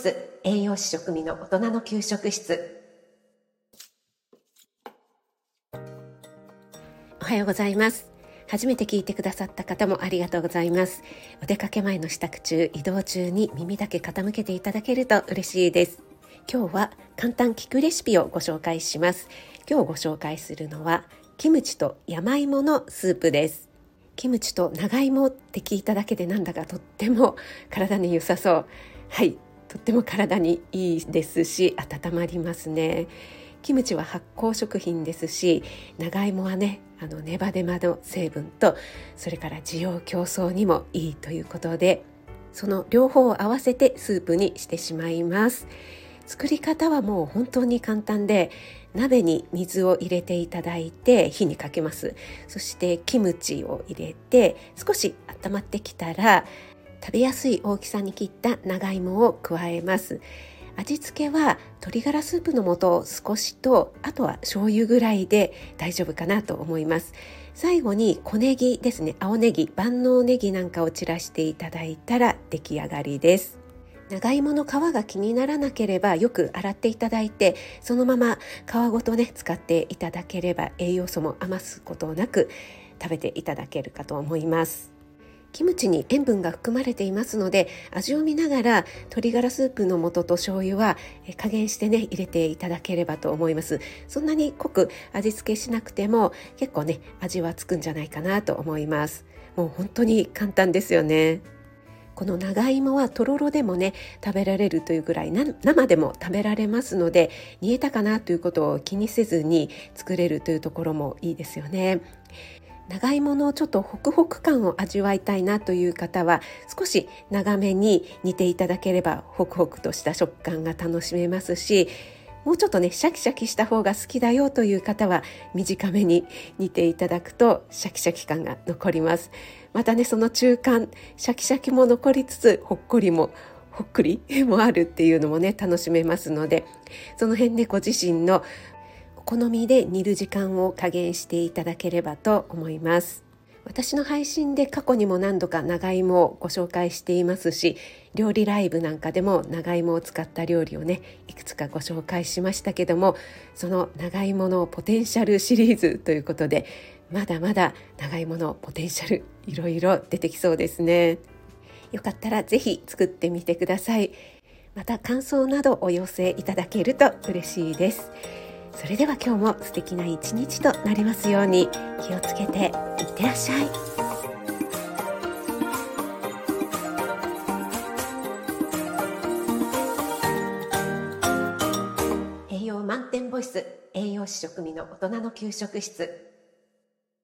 ス栄養士食味の大人の給食室。おはようございます。初めて聞いてくださった方もありがとうございます。お出かけ前の支度中、移動中に耳だけ傾けていただけると嬉しいです。今日は簡単聞くレシピをご紹介します。今日ご紹介するのはキムチと山芋のスープです。キムチと長芋って聞いただけでなんだかとっても体に良さそう。はい、とっても体にいいですし温まりますね。キムチは発酵食品ですし、長芋はね、ネバネバの成分と、それから滋養強壮にもいいということで、その両方を合わせてスープにしてしまいます。作り方はもう本当に簡単で、鍋に水を入れていただいて火にかけます。そしてキムチを入れて少し温まってきたら、食べやすい大きさに切った長芋を加えます。味付けは鶏ガラスープの素を少しと、あとは醤油ぐらいで大丈夫かなと思います。最後に小ネギですね、青ネギ、万能ネギなんかを散らしていただいたら出来上がりです。長芋の皮が気にならなければよく洗っていただいて、そのまま皮ごとね使っていただければ栄養素も余すことなく食べていただけるかと思います。キムチに塩分が含まれていますので、味を見ながら鶏ガラスープの素と醤油は加減してね入れていただければと思います。そんなに濃く味付けしなくても結構ね味はつくんじゃないかなと思います。もう本当に簡単ですよね。この長芋はとろろでもね食べられるというぐらい、生でも食べられますので、煮えたかなということを気にせずに作れるというところもいいですよね。長芋のちょっとホクホク感を味わいたいなという方は、少し長めに煮ていただければホクホクとした食感が楽しめますし、もうちょっとねシャキシャキした方が好きだよという方は短めに煮ていただくとシャキシャキ感が残ります。またねその中間、シャキシャキも残りつつほっくりもあるっていうのもね楽しめますので、その辺ねご自身のお好みで煮る時間を加減していただければと思います。私の配信で過去にも何度か長芋をご紹介していますし、料理ライブなんかでも長芋を使った料理をねいくつかご紹介しましたけども、その長芋のポテンシャルシリーズということで、まだまだ長芋のポテンシャルいろいろ出てきそうですね。よかったらぜひ作ってみてください。また感想などお寄せいただけると嬉しいです。それでは今日も素敵な一日となりますように、気をつけていってらっしゃい。栄養満点ボイス、栄養士食味の大人の給食室。